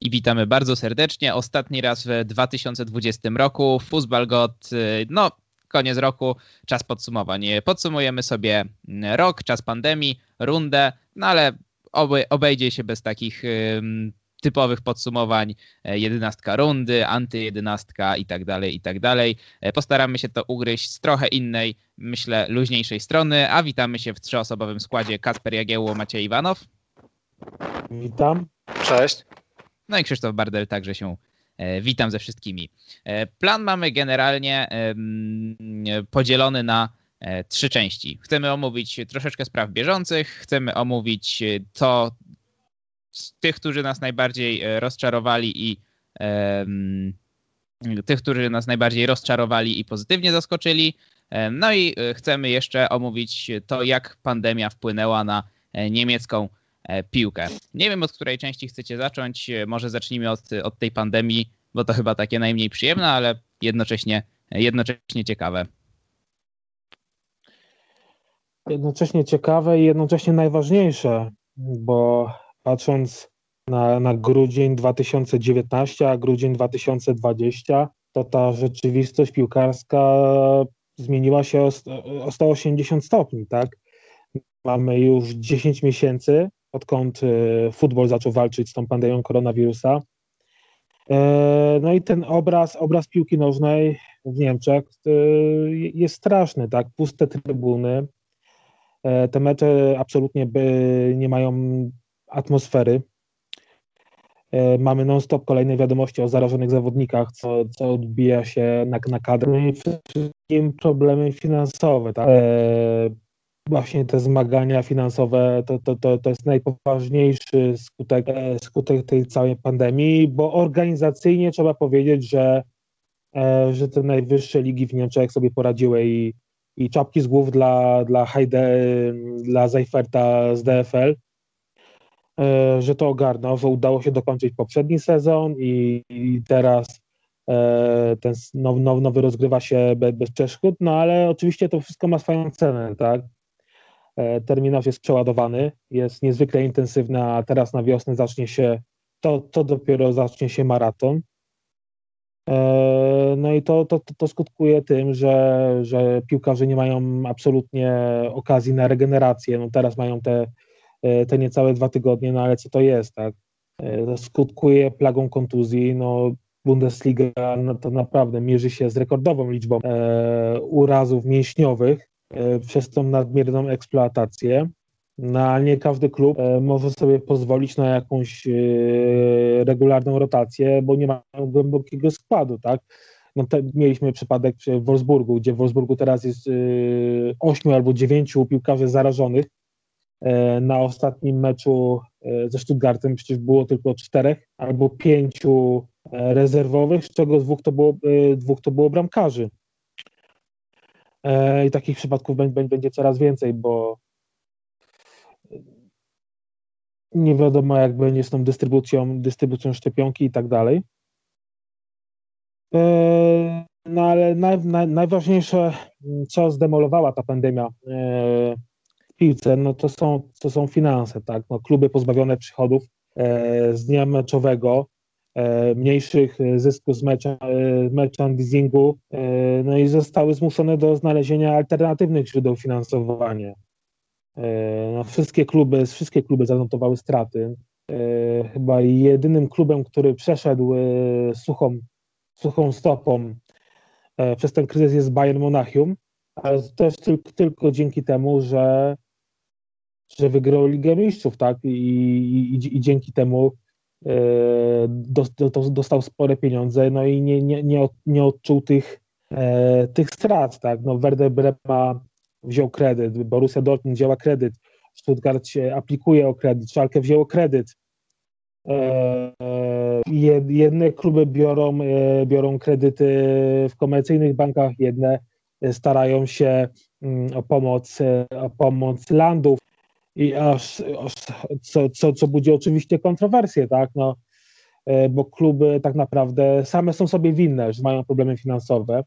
i witamy bardzo serdecznie. Ostatni raz w 2020 roku. Fußball God, koniec roku, czas podsumowań. Podsumujemy sobie rok, czas pandemii, rundę, ale obejdzie się bez takich typowych podsumowań, 11 rundy, anty-11 i tak dalej. Postaramy się to ugryźć z trochę innej, myślę, luźniejszej strony, a witamy się w trzyosobowym składzie: Kacper Jagiełło, Maciej Iwanow. Witam. Cześć. No i Krzysztof Bardel, także się witam ze wszystkimi. Plan mamy generalnie podzielony na 3 części. Chcemy omówić troszeczkę spraw bieżących, chcemy omówić to z tych, którzy nas najbardziej rozczarowali i pozytywnie zaskoczyli. No i chcemy jeszcze omówić to, jak pandemia wpłynęła na niemiecką piłkę. Nie wiem, od której części chcecie zacząć. Może zacznijmy od tej pandemii, bo to chyba takie najmniej przyjemne, ale jednocześnie ciekawe. Jednocześnie ciekawe i jednocześnie najważniejsze, bo patrząc na grudzień 2019, a grudzień 2020, to ta rzeczywistość piłkarska zmieniła się o 180 stopni, tak? Mamy już 10 miesięcy, odkąd futbol zaczął walczyć z tą pandemią koronawirusa. No i ten obraz piłki nożnej w Niemczech jest straszny, tak? Puste trybuny. Te mecze absolutnie nie mają atmosfery. Mamy non-stop kolejne wiadomości o zarażonych zawodnikach, co odbija się na kadrze. No i wszystkim problemy finansowe, tak? Właśnie te zmagania finansowe to jest najpoważniejszy skutek tej całej pandemii, bo organizacyjnie trzeba powiedzieć, że te najwyższe ligi w Niemczech sobie poradziły i czapki z głów dla Heide, dla Seiferta z DFL, że to ogarnął, że udało się dokończyć poprzedni sezon i teraz ten nowy rozgrywa się bez przeszkód, no ale oczywiście to wszystko ma swoją cenę, tak? Terminarz jest przeładowany, jest niezwykle intensywny, a teraz na wiosnę to dopiero zacznie się maraton. No i to skutkuje tym, że piłkarze nie mają absolutnie okazji na regenerację. No teraz mają te niecałe 2 tygodnie, no ale co to jest, tak? To skutkuje plagą kontuzji. No Bundesliga to naprawdę mierzy się z rekordową liczbą urazów mięśniowych przez tą nadmierną eksploatację. No, ale nie każdy klub może sobie pozwolić na jakąś regularną rotację, bo nie ma głębokiego składu, tak? No, mieliśmy przypadek w Wolfsburgu, gdzie w Wolfsburgu teraz jest 8 albo 9 piłkarzy zarażonych. Na ostatnim meczu ze Stuttgartem przecież było tylko 4 albo 5 rezerwowych, z czego 2 to było bramkarzy. I takich przypadków będzie coraz więcej, bo nie wiadomo, jak będzie z tą dystrybucją szczepionki i tak dalej. No ale najważniejsze, co zdemolowała ta pandemia w piłce, no to są finanse, tak? No, kluby pozbawione przychodów z dnia meczowego, mniejszych zysków z merchandisingu, no i zostały zmuszone do znalezienia alternatywnych źródeł finansowania. No, wszystkie kluby zanotowały straty. Chyba jedynym klubem, który przeszedł suchą stopą przez ten kryzys, jest Bayern Monachium, ale też tylko dzięki temu, że wygrał Ligę Mistrzów, tak? I dzięki temu dostał spore pieniądze, no i nie odczuł tych strat, tak? No, Werder Brema wziął kredyt, Borussia Dortmund wzięła kredyt, Stuttgart się aplikuje o kredyt, Schalke wzięło kredyt. Jedne kluby biorą kredyty w komercyjnych bankach, jedne starają się o pomoc landów i co budzi oczywiście kontrowersje, tak? No, bo kluby tak naprawdę same są sobie winne, że mają problemy finansowe.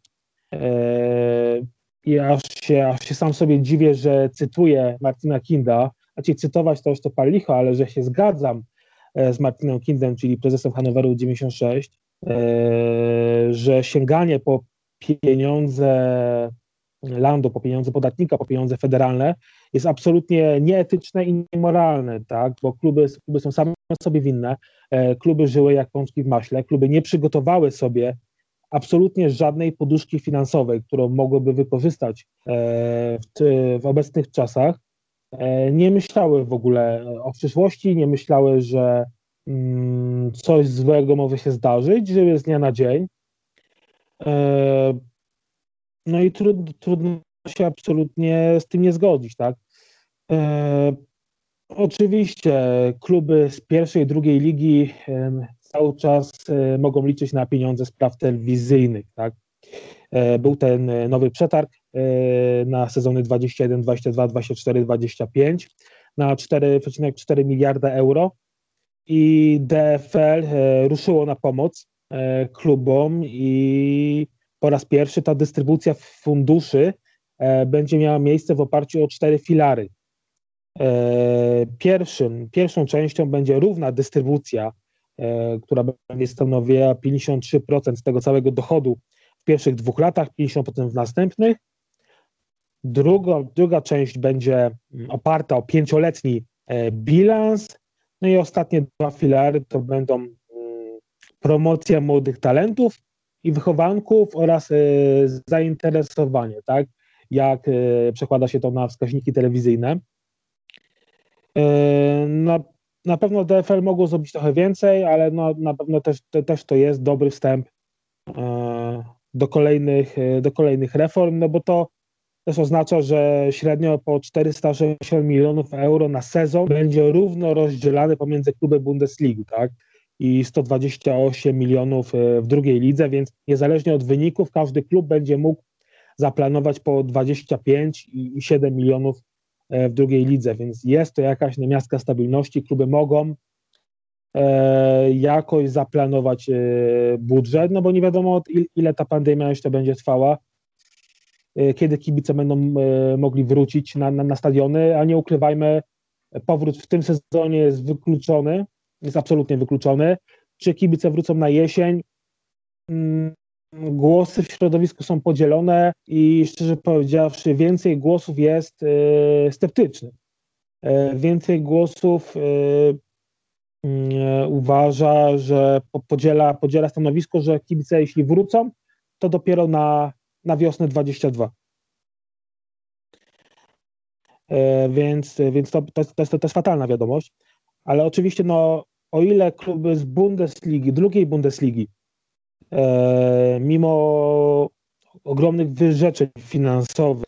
I aż się sam sobie dziwię, że cytuję Martina Kinda, znaczy cytować to już to pal licho, ale że się zgadzam, z Martinem Kindem, czyli prezesem Hannoweru 96, że sięganie po pieniądze landu, po pieniądze podatnika, po pieniądze federalne jest absolutnie nieetyczne i niemoralne, tak? Bo kluby są same sobie winne, kluby żyły jak pączki w maśle, kluby nie przygotowały sobie absolutnie żadnej poduszki finansowej, którą mogłyby wykorzystać w obecnych czasach. Nie myślały w ogóle o przyszłości, nie myślały, że coś złego może się zdarzyć, żyły z dnia na dzień. No i trudno się absolutnie z tym nie zgodzić, tak? Oczywiście kluby z pierwszej, drugiej ligi cały czas mogą liczyć na pieniądze z praw telewizyjnych, tak? Był ten nowy przetarg na sezony 21, 22, 24, 25 na 4,4 miliarda euro i DFL ruszyło na pomoc klubom i po raz pierwszy ta dystrybucja funduszy będzie miała miejsce w oparciu o 4 filary. Pierwszą częścią będzie równa dystrybucja, która będzie stanowiła 53% z tego całego dochodu w pierwszych 2 latach, 50% w następnych. Druga część będzie oparta o 5-letni bilans. No i ostatnie 2 filary to będą promocja młodych talentów i wychowanków oraz zainteresowanie, tak? Jak przekłada się to na wskaźniki telewizyjne. Na pewno DFL mogło zrobić trochę więcej, ale no, na pewno też to jest dobry wstęp do kolejnych reform, no bo to też oznacza, że średnio po 460 milionów euro na sezon będzie równo rozdzielany pomiędzy kluby Bundesligi, tak? I 128 milionów w drugiej lidze, więc niezależnie od wyników każdy klub będzie mógł zaplanować po 25 i 7 milionów w drugiej lidze, więc jest to jakaś namiastka stabilności. Kluby mogą jakoś zaplanować budżet, no bo nie wiadomo, ile ta pandemia jeszcze będzie trwała, kiedy kibice będą mogli wrócić na stadiony, a nie ukrywajmy, powrót w tym sezonie jest wykluczony, jest absolutnie wykluczony. Czy kibice wrócą na jesień? Głosy w środowisku są podzielone i szczerze powiedziawszy więcej głosów jest sceptycznych. Więcej głosów uważa, że podziela stanowisko, że kibice jeśli wrócą, to dopiero na wiosnę 22. Więc to jest fatalna wiadomość, ale oczywiście no, o ile kluby z Bundesligi, drugiej Bundesligi, mimo ogromnych wyrzeczeń finansowych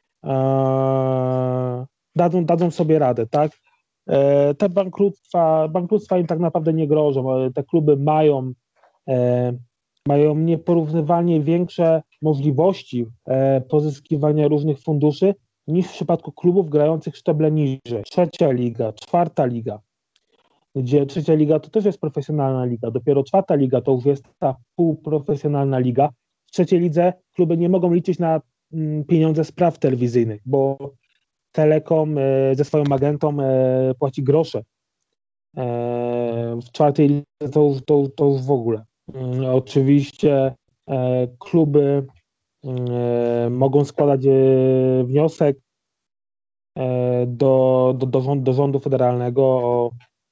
dadzą sobie radę, tak? Te bankructwa im tak naprawdę nie grożą. Te kluby mają nieporównywalnie większe możliwości pozyskiwania różnych funduszy niż w przypadku klubów grających szczeble niżej. Trzecia liga, czwarta liga, gdzie trzecia liga to też jest profesjonalna liga, dopiero czwarta liga to już jest ta półprofesjonalna liga. W trzeciej lidze kluby nie mogą liczyć na pieniądze z praw telewizyjnych, bo Telekom ze swoją agentą płaci grosze. W czwartej lidze to już w ogóle. Oczywiście kluby mogą składać wniosek do rządu federalnego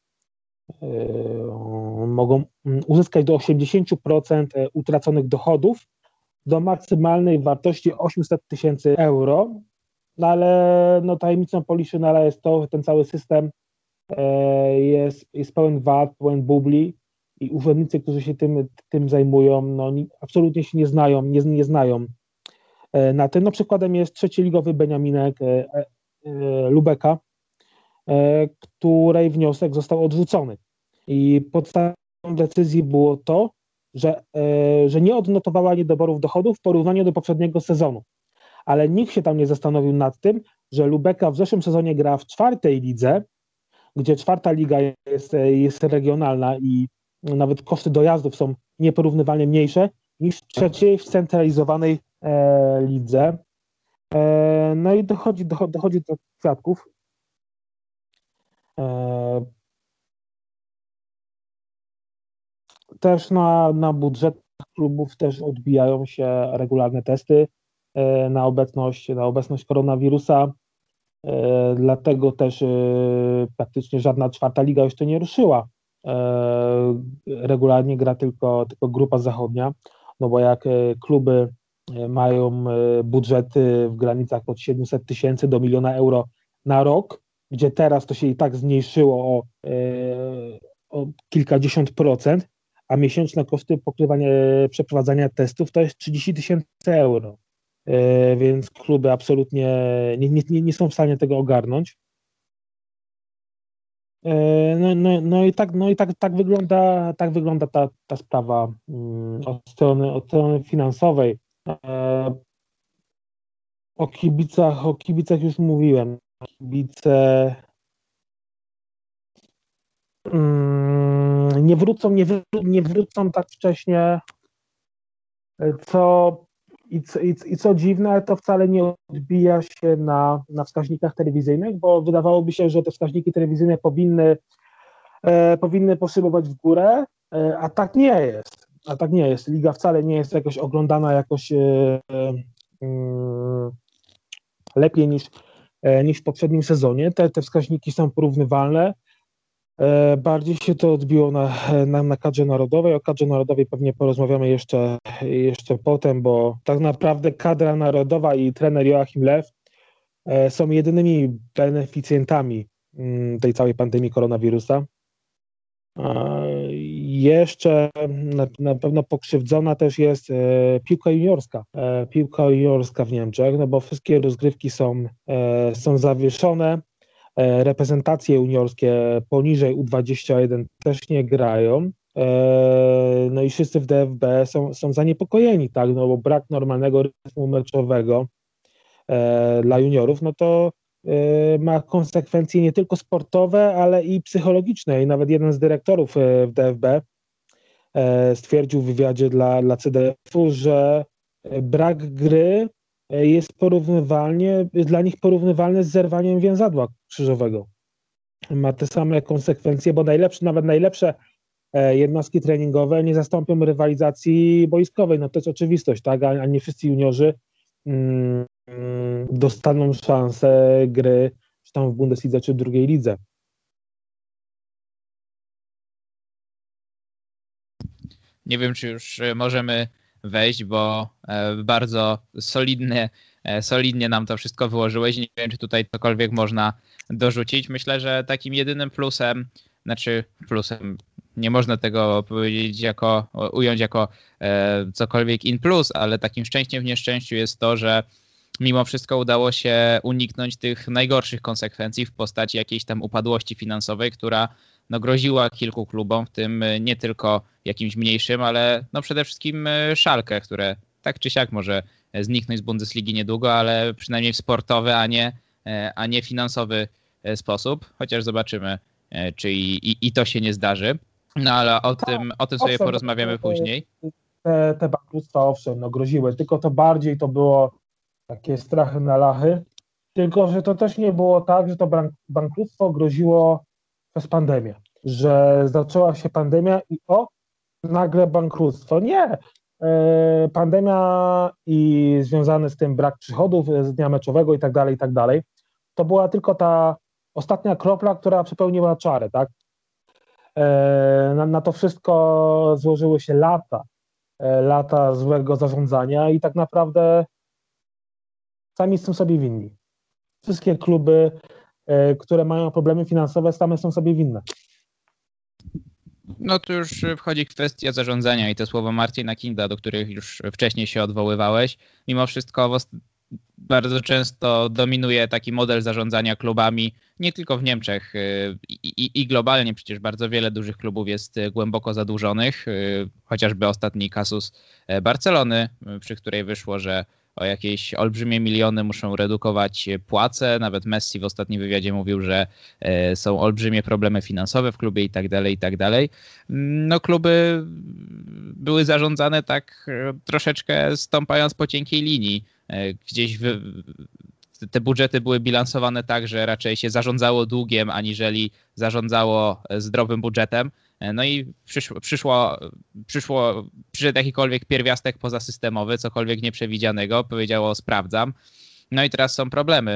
mogą uzyskać do 80% utraconych dochodów do maksymalnej wartości 800 000 euro, no ale no, tajemnicą Poliszynela jest to, że ten cały system jest pełen wad, pełen bubli i urzędnicy, którzy się tym zajmują, no, absolutnie się nie znają na tym. No, przykładem jest trzecioligowy Beniaminek Lubeka, której wniosek został odrzucony. I podstawą decyzji było to, że nie odnotowała niedoborów dochodów w porównaniu do poprzedniego sezonu. Ale nikt się tam nie zastanowił nad tym, że Lubeka w zeszłym sezonie gra w czwartej lidze, gdzie czwarta liga jest regionalna i nawet koszty dojazdów są nieporównywalnie mniejsze niż w trzeciej, w scentralizowanej lidze. No i dochodzi do kwiatków. też na budżetach klubów też odbijają się regularne testy na obecność koronawirusa. Dlatego też praktycznie żadna czwarta liga jeszcze nie ruszyła. Regularnie gra tylko grupa zachodnia, no bo jak kluby mają budżety w granicach od 700 000 do 1 000 000 euro na rok, gdzie teraz to się i tak zmniejszyło o kilkadziesiąt procent, a miesięczne koszty przeprowadzania testów to jest 30 000 euro. Więc kluby absolutnie nie są w stanie tego ogarnąć. Tak wygląda ta sprawa od strony finansowej. O kibicach już mówiłem. Kibice nie wrócą tak wcześnie, co dziwne, to wcale nie odbija się na wskaźnikach telewizyjnych, bo wydawałoby się, że te wskaźniki telewizyjne powinny poszybować w górę, a tak nie jest. Liga wcale nie jest jakoś oglądana lepiej niż w poprzednim sezonie. Te wskaźniki są porównywalne. Bardziej się to odbiło na kadrze narodowej. O kadrze narodowej pewnie porozmawiamy jeszcze potem, bo tak naprawdę kadra narodowa i trener Joachim Löw są jedynymi beneficjentami tej całej pandemii koronawirusa. Jeszcze na pewno pokrzywdzona też jest piłka juniorska w Niemczech, no bo wszystkie rozgrywki są zawieszone. Reprezentacje juniorskie poniżej U21 też nie grają. No i wszyscy w DFB są zaniepokojeni, tak, no bo brak normalnego rytmu meczowego dla juniorów, no to ma konsekwencje nie tylko sportowe, ale i psychologiczne. I nawet jeden z dyrektorów w DFB stwierdził w wywiadzie dla CDF-u, że brak gry jest dla nich porównywalny z zerwaniem więzadła krzyżowego. Ma te same konsekwencje, bo nawet najlepsze jednostki treningowe nie zastąpią rywalizacji boiskowej. No to jest oczywistość, tak? A nie wszyscy juniorzy dostaną szansę gry czy tam w Bundeslidze, czy w drugiej lidze. Nie wiem, czy już możemy wejść, bo bardzo solidnie nam to wszystko wyłożyłeś. Nie wiem, czy tutaj cokolwiek można dorzucić. Myślę, że takim jedynym plusem, nie można tego ująć jako cokolwiek in plus, ale takim szczęściem w nieszczęściu jest to, że mimo wszystko udało się uniknąć tych najgorszych konsekwencji w postaci jakiejś tam upadłości finansowej, która groziła kilku klubom, w tym nie tylko jakimś mniejszym, ale przede wszystkim Schalke, które tak czy siak może zniknąć z Bundesligi niedługo, ale przynajmniej w sportowy, a nie finansowy sposób, chociaż zobaczymy, czy i to się nie zdarzy. No ale o tym sobie porozmawiamy później. Te bankructwa owszem, groziły, tylko to bardziej to było takie strachy na lachy, tylko że to też nie było tak, że to bankructwo groziło przez pandemię, że zaczęła się pandemia i nagle bankructwo. Nie. Pandemia i związany z tym brak przychodów z dnia meczowego i tak dalej, to była tylko ta ostatnia kropla, która przepełniła czarę, tak? Na to wszystko złożyły się lata złego zarządzania i tak naprawdę sami są sobie winni. Wszystkie kluby, które mają problemy finansowe, same są sobie winne. No tu już wchodzi kwestia zarządzania i te słowa Martina Kinda, do których już wcześniej się odwoływałeś. Mimo wszystko bardzo często dominuje taki model zarządzania klubami, nie tylko w Niemczech i globalnie przecież bardzo wiele dużych klubów jest głęboko zadłużonych, chociażby ostatni kasus Barcelony, przy której wyszło, że o jakieś olbrzymie miliony muszą redukować płace. Nawet Messi w ostatnim wywiadzie mówił, że są olbrzymie problemy finansowe w klubie i tak dalej. No kluby były zarządzane tak troszeczkę stąpając po cienkiej linii. Gdzieś te budżety były bilansowane tak, że raczej się zarządzało długiem, aniżeli zarządzało zdrowym budżetem. No i przyszedł jakikolwiek pierwiastek pozasystemowy, cokolwiek nieprzewidzianego, powiedziało sprawdzam. No i teraz są problemy.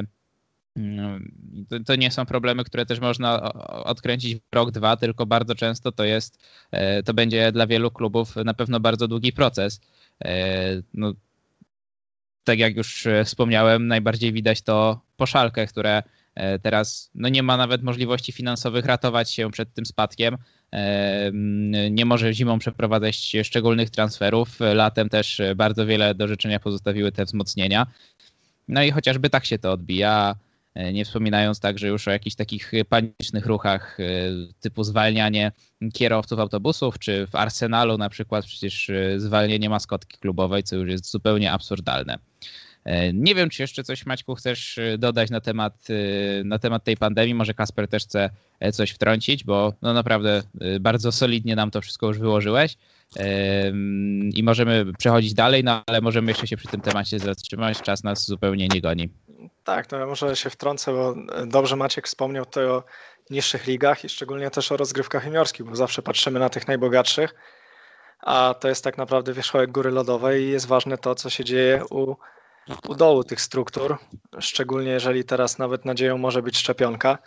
To nie są problemy, które też można odkręcić w rok, dwa, tylko bardzo często to będzie dla wielu klubów na pewno bardzo długi proces. No, tak jak już wspomniałem, najbardziej widać to po Schalke, które teraz nie ma nawet możliwości finansowych ratować się przed tym spadkiem. Nie może zimą przeprowadzać szczególnych transferów. Latem też bardzo wiele do życzenia pozostawiły te wzmocnienia. No i chociażby tak się to odbija, nie wspominając także już o jakichś takich panicznych ruchach typu zwalnianie kierowców autobusów, czy w Arsenalu na przykład przecież zwalnienie maskotki klubowej, co już jest zupełnie absurdalne. Nie wiem, czy jeszcze coś, Maćku, chcesz dodać na temat tej pandemii. Może Kasper też chce coś wtrącić, bo naprawdę bardzo solidnie nam to wszystko już wyłożyłeś i możemy przechodzić dalej, ale możemy jeszcze się przy tym temacie zatrzymać. Czas nas zupełnie nie goni. Tak, to ja może się wtrącę, bo dobrze Maciek wspomniał tutaj o niższych ligach i szczególnie też o rozgrywkach juniorskich, bo zawsze patrzymy na tych najbogatszych, a to jest tak naprawdę wierzchołek góry lodowej i jest ważne to, co się dzieje u dołu tych struktur, szczególnie jeżeli teraz nawet nadzieją może być szczepionka,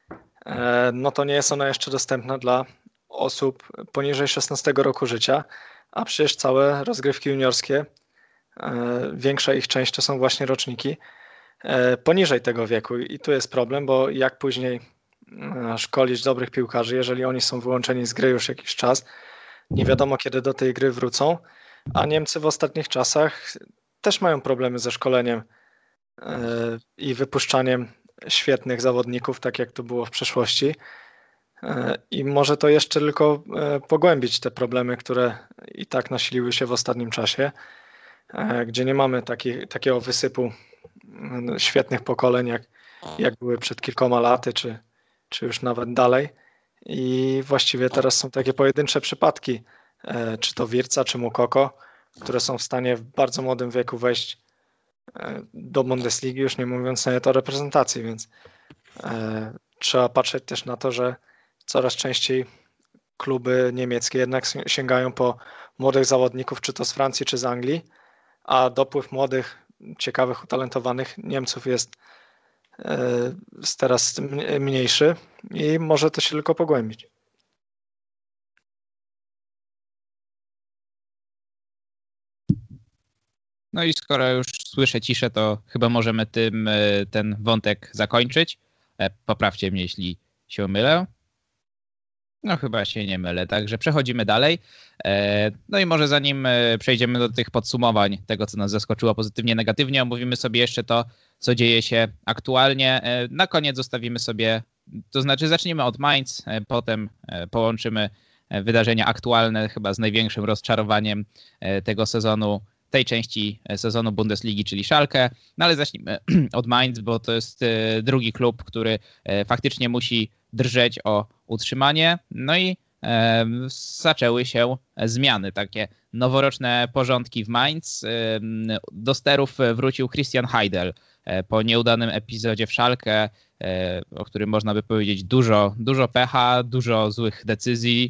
no to nie jest ona jeszcze dostępna dla osób poniżej 16 roku życia, a przecież całe rozgrywki juniorskie, większa ich część to są właśnie roczniki poniżej tego wieku i tu jest problem, bo jak później szkolić dobrych piłkarzy, jeżeli oni są wyłączeni z gry już jakiś czas, nie wiadomo kiedy do tej gry wrócą, a Niemcy w ostatnich czasach też mają problemy ze szkoleniem i wypuszczaniem świetnych zawodników, tak jak to było w przeszłości. I może to jeszcze tylko pogłębić te problemy, które i tak nasiliły się w ostatnim czasie, gdzie nie mamy takiego wysypu świetnych pokoleń, jak były przed kilkoma laty, czy już nawet dalej. I właściwie teraz są takie pojedyncze przypadki, czy to Wirtza, czy Mukoko, które są w stanie w bardzo młodym wieku wejść do Bundesligi, już nie mówiąc nawet o reprezentacji, więc trzeba patrzeć też na to, że coraz częściej kluby niemieckie jednak sięgają po młodych zawodników, czy to z Francji, czy z Anglii, a dopływ młodych, ciekawych, utalentowanych Niemców jest teraz mniejszy i może to się tylko pogłębić. No i skoro już słyszę ciszę, to chyba możemy ten wątek zakończyć. Poprawcie mnie, jeśli się mylę. No chyba się nie mylę, także przechodzimy dalej. No i może zanim przejdziemy do tych podsumowań tego, co nas zaskoczyło pozytywnie, negatywnie, omówimy sobie jeszcze to, co dzieje się aktualnie. Na koniec zostawimy sobie, to znaczy zaczniemy od Mainz, potem połączymy wydarzenia aktualne chyba z największym rozczarowaniem tego sezonu, tej części sezonu Bundesligi, czyli Schalke. No ale zacznijmy od Mainz, bo to jest drugi klub, który faktycznie musi drżeć o utrzymanie. No i zaczęły się zmiany, takie noworoczne porządki w Mainz. Do sterów wrócił Christian Heidel po nieudanym epizodzie w Schalke, o którym można by powiedzieć dużo pecha, dużo złych decyzji,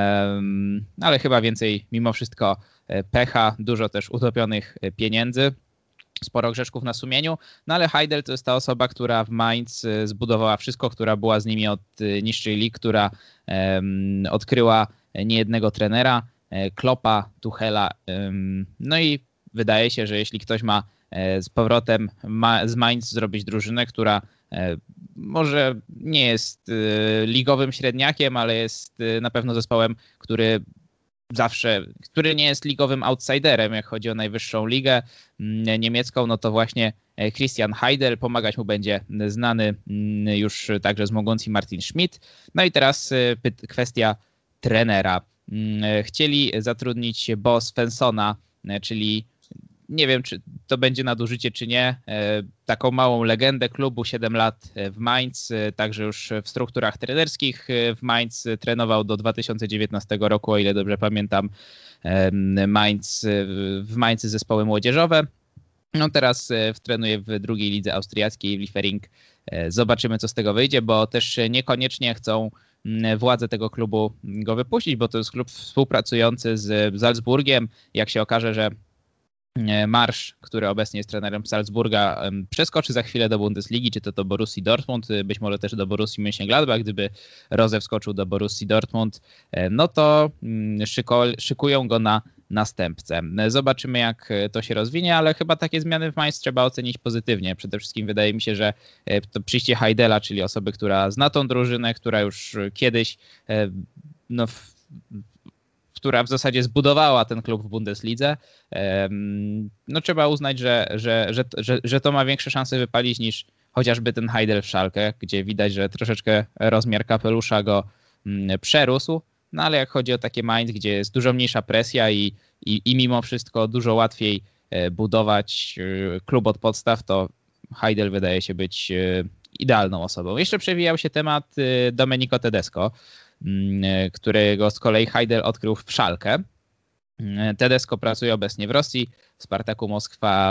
ale chyba więcej mimo wszystko pecha, dużo też utopionych pieniędzy, sporo grzeszków na sumieniu, no ale Heidel to jest ta osoba, która w Mainz zbudowała wszystko, która była z nimi od niższej lig, która odkryła niejednego trenera, Kloppa, Tuchela, no i wydaje się, że jeśli ktoś ma z powrotem z Mainz zrobić drużynę, która może nie jest ligowym średniakiem, ale jest na pewno zespołem, który nie jest ligowym outsiderem, jak chodzi o najwyższą ligę niemiecką, no to właśnie Christian Heidel, pomagać mu będzie znany już także z Mogący Martin Schmidt. No i teraz kwestia trenera. Chcieli zatrudnić Bo Svenssona, czyli nie wiem, czy to będzie nadużycie, czy nie. Taką małą legendę klubu, 7 lat w Mainz, także już w strukturach trenerskich w Mainz trenował do 2019 roku, o ile dobrze pamiętam, w Mainz zespoły młodzieżowe. No teraz trenuje w drugiej lidze austriackiej w Liefering Zobaczymy, co z tego wyjdzie, bo też niekoniecznie chcą władze tego klubu go wypuścić, bo to jest klub współpracujący z Salzburgiem. Jak się okaże, że Marsz, który obecnie jest trenerem Salzburga, przeskoczy za chwilę do Bundesligi, czy to do Borussii Dortmund, być może też do Borussii Mönchengladbach, gdyby Rose wskoczył do Borussii Dortmund, no to szykują go na następcę. Zobaczymy, jak to się rozwinie, ale chyba takie zmiany w Mainz trzeba ocenić pozytywnie. Przede wszystkim wydaje mi się, że to przyjście Heidela, czyli osoby, która zna tą drużynę, która już kiedyś która w zasadzie zbudowała ten klub w Bundeslidze, no trzeba uznać, że to ma większe szanse wypalić niż chociażby ten Heidel w Schalke, gdzie widać, że troszeczkę rozmiar kapelusza go przerósł, no ale jak chodzi o takie Mainz, gdzie jest dużo mniejsza presja i mimo wszystko dużo łatwiej budować klub od podstaw, to Heidel wydaje się być idealną osobą. Jeszcze przewijał się temat Domenico Tedesco, którego z kolei Heidel odkrył w Schalke. Tedesco pracuje obecnie w Rosji, w Spartaku Moskwa.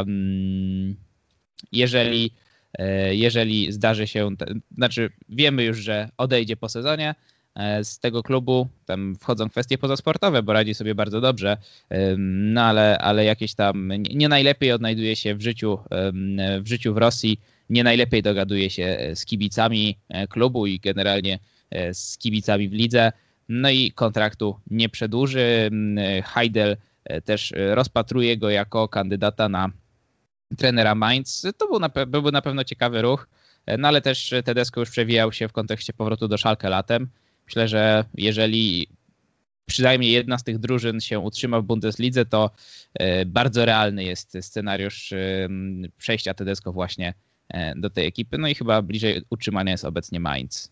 Jeżeli zdarzy się, znaczy wiemy już, że odejdzie po sezonie z tego klubu, tam wchodzą kwestie pozasportowe, bo radzi sobie bardzo dobrze, no ale jakieś tam nie najlepiej odnajduje się w życiu w Rosji, nie najlepiej dogaduje się z kibicami klubu i generalnie z kibicami w lidze, no i kontraktu nie przedłuży. Heidel też rozpatruje go jako kandydata na trenera Mainz. To byłby na pewno ciekawy ruch, no ale też Tedesco już przewijał się w kontekście powrotu do Schalke latem. Myślę, że jeżeli przynajmniej jedna z tych drużyn się utrzyma w Bundeslidze, to bardzo realny jest scenariusz przejścia Tedesco właśnie do tej ekipy, no i chyba bliżej utrzymania jest obecnie Mainz.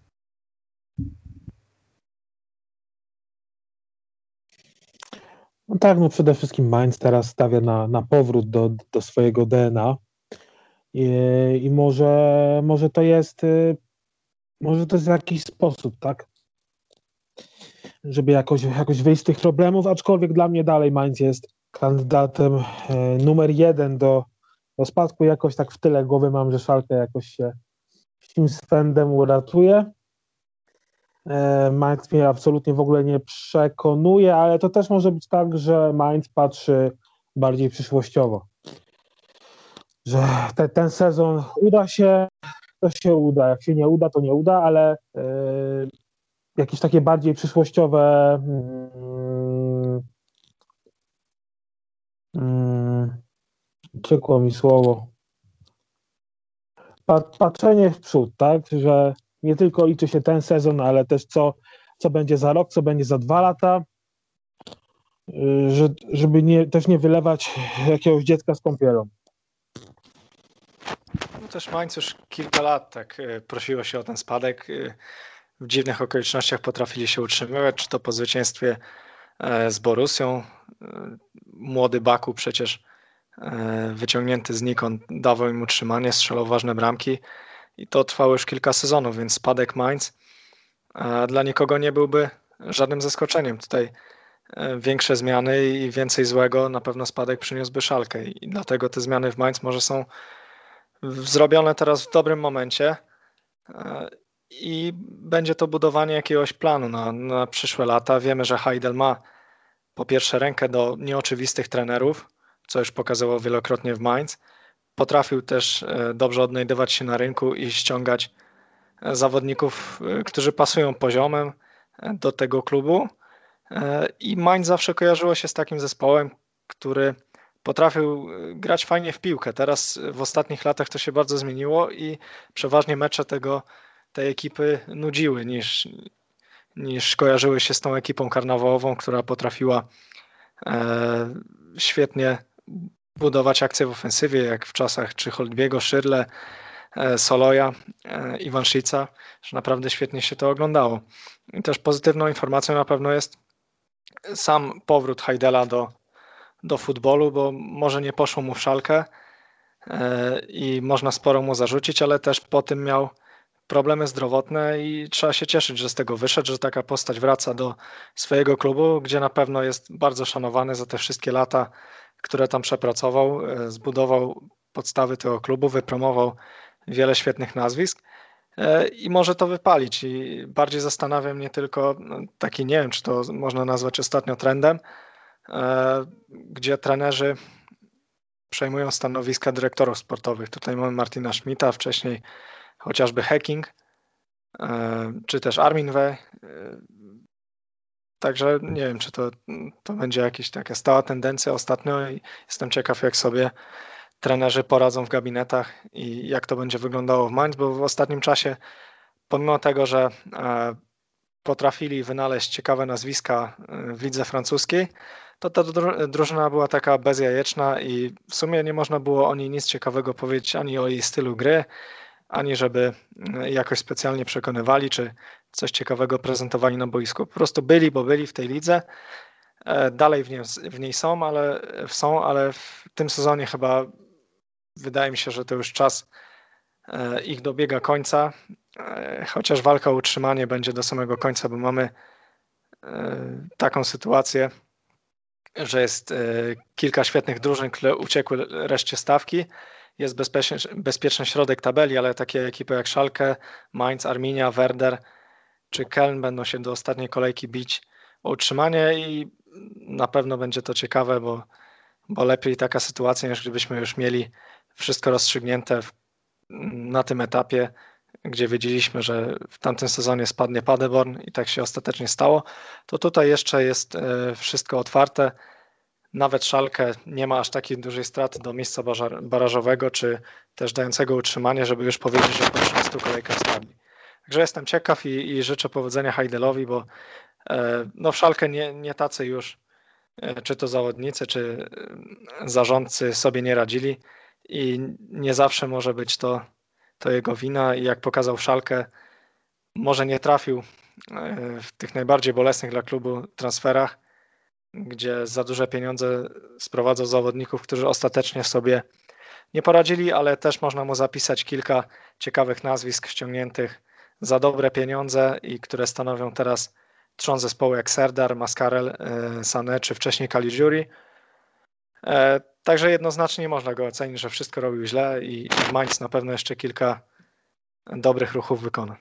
No tak, no przede wszystkim Mainz teraz stawia na powrót do swojego DNA i może to jest w jakiś sposób, tak, żeby jakoś wyjść z tych problemów, aczkolwiek dla mnie dalej Mainz jest kandydatem numer 1 do spadku. Jakoś tak w tyle głowy mam, że Schalke jakoś się tym swędem uratuje. Mainz mnie absolutnie w ogóle nie przekonuje, ale to też może być tak, że Mainz patrzy bardziej przyszłościowo. Że ten sezon uda się, to się uda. Jak się nie uda, to nie uda, ale jakieś takie bardziej przyszłościowe uciekło mi słowo. Patrzenie w przód, tak, że nie tylko liczy się ten sezon, ale też co będzie za rok, co będzie za 2 lata, żeby też nie wylewać jakiegoś dziecka z kąpielą. No też Mainz już kilka lat tak prosiło się o ten spadek. W dziwnych okolicznościach potrafili się utrzymywać, czy to po zwycięstwie z Borussią. Młody Baku przecież wyciągnięty znikąd dawał im utrzymanie, strzelał ważne bramki i to trwało już kilka sezonów, więc spadek Mainz dla nikogo nie byłby żadnym zaskoczeniem. Tutaj większe zmiany i więcej złego na pewno spadek przyniósłby Schalke i dlatego te zmiany w Mainz może są zrobione teraz w dobrym momencie i będzie to budowanie jakiegoś planu na przyszłe lata. Wiemy, że Heidel ma po pierwsze rękę do nieoczywistych trenerów, co już pokazywał wielokrotnie w Mainz. Potrafił też dobrze odnajdywać się na rynku i ściągać zawodników, którzy pasują poziomem do tego klubu. I Mainz zawsze kojarzyło się z takim zespołem, który potrafił grać fajnie w piłkę. Teraz w ostatnich latach to się bardzo zmieniło i przeważnie mecze tej ekipy nudziły niż kojarzyły się z tą ekipą karnawałową, która potrafiła świetnie budować akcje w ofensywie, jak w czasach czy Holtbiego, Schürrle, Soloja, Iwanschica, że naprawdę świetnie się to oglądało. I też pozytywną informacją na pewno jest sam powrót Heidela do futbolu, bo może nie poszło mu w Schalke i można sporo mu zarzucić, ale też po tym miał problemy zdrowotne i trzeba się cieszyć, że z tego wyszedł, że taka postać wraca do swojego klubu, gdzie na pewno jest bardzo szanowany za te wszystkie lata, które tam przepracował, zbudował podstawy tego klubu, wypromował wiele świetnych nazwisk i może to wypalić. I bardziej zastanawia mnie tylko taki, nie wiem, czy to można nazwać ostatnio trendem, gdzie trenerzy przejmują stanowiska dyrektorów sportowych. Tutaj mamy Martina Schmidta, wcześniej chociażby Hacking, czy też Armin Veh. Także nie wiem, czy to będzie jakaś taka stała tendencja ostatnio i jestem ciekaw, jak sobie trenerzy poradzą w gabinetach i jak to będzie wyglądało w Mainz, bo w ostatnim czasie, pomimo tego, że potrafili wynaleźć ciekawe nazwiska w lidze francuskiej, to ta drużyna była taka bezjajeczna i w sumie nie można było o niej nic ciekawego powiedzieć ani o jej stylu gry, ani żeby jakoś specjalnie przekonywali, czy coś ciekawego prezentowali na boisku. Po prostu byli, bo byli w tej lidze. Dalej w niej są, ale w tym sezonie chyba wydaje mi się, że to już czas ich dobiega końca, chociaż walka o utrzymanie będzie do samego końca, bo mamy taką sytuację, że jest kilka świetnych drużyn, które uciekły reszcie stawki. Jest bezpieczny środek tabeli, ale takie ekipy jak Schalke, Mainz, Arminia, Werder czy Köln będą się do ostatniej kolejki bić o utrzymanie i na pewno będzie to ciekawe, bo lepiej taka sytuacja, niż gdybyśmy już mieli wszystko rozstrzygnięte na tym etapie, gdzie wiedzieliśmy, że w tamtym sezonie spadnie Paderborn i tak się ostatecznie stało, to tutaj jeszcze jest wszystko otwarte. Nawet Schalke nie ma aż takiej dużej straty do miejsca barażowego, czy też dającego utrzymanie, żeby już powiedzieć, że po 30 kolejkach spadli. Także jestem ciekaw i życzę powodzenia Heidelowi, bo w Schalke nie tacy już, czy to zawodnicy, czy zarządcy sobie nie radzili i nie zawsze może być to jego wina i jak pokazał Schalke, może nie trafił w tych najbardziej bolesnych dla klubu transferach, gdzie za duże pieniądze sprowadzał zawodników, którzy ostatecznie sobie nie poradzili, ale też można mu zapisać kilka ciekawych nazwisk ściągniętych za dobre pieniądze i które stanowią teraz trzon zespołu jak Serdar, Mascarel, Sané czy wcześniej Caligiuri. Także jednoznacznie nie można go ocenić, że wszystko robił źle i Mainz na pewno jeszcze kilka dobrych ruchów wykona.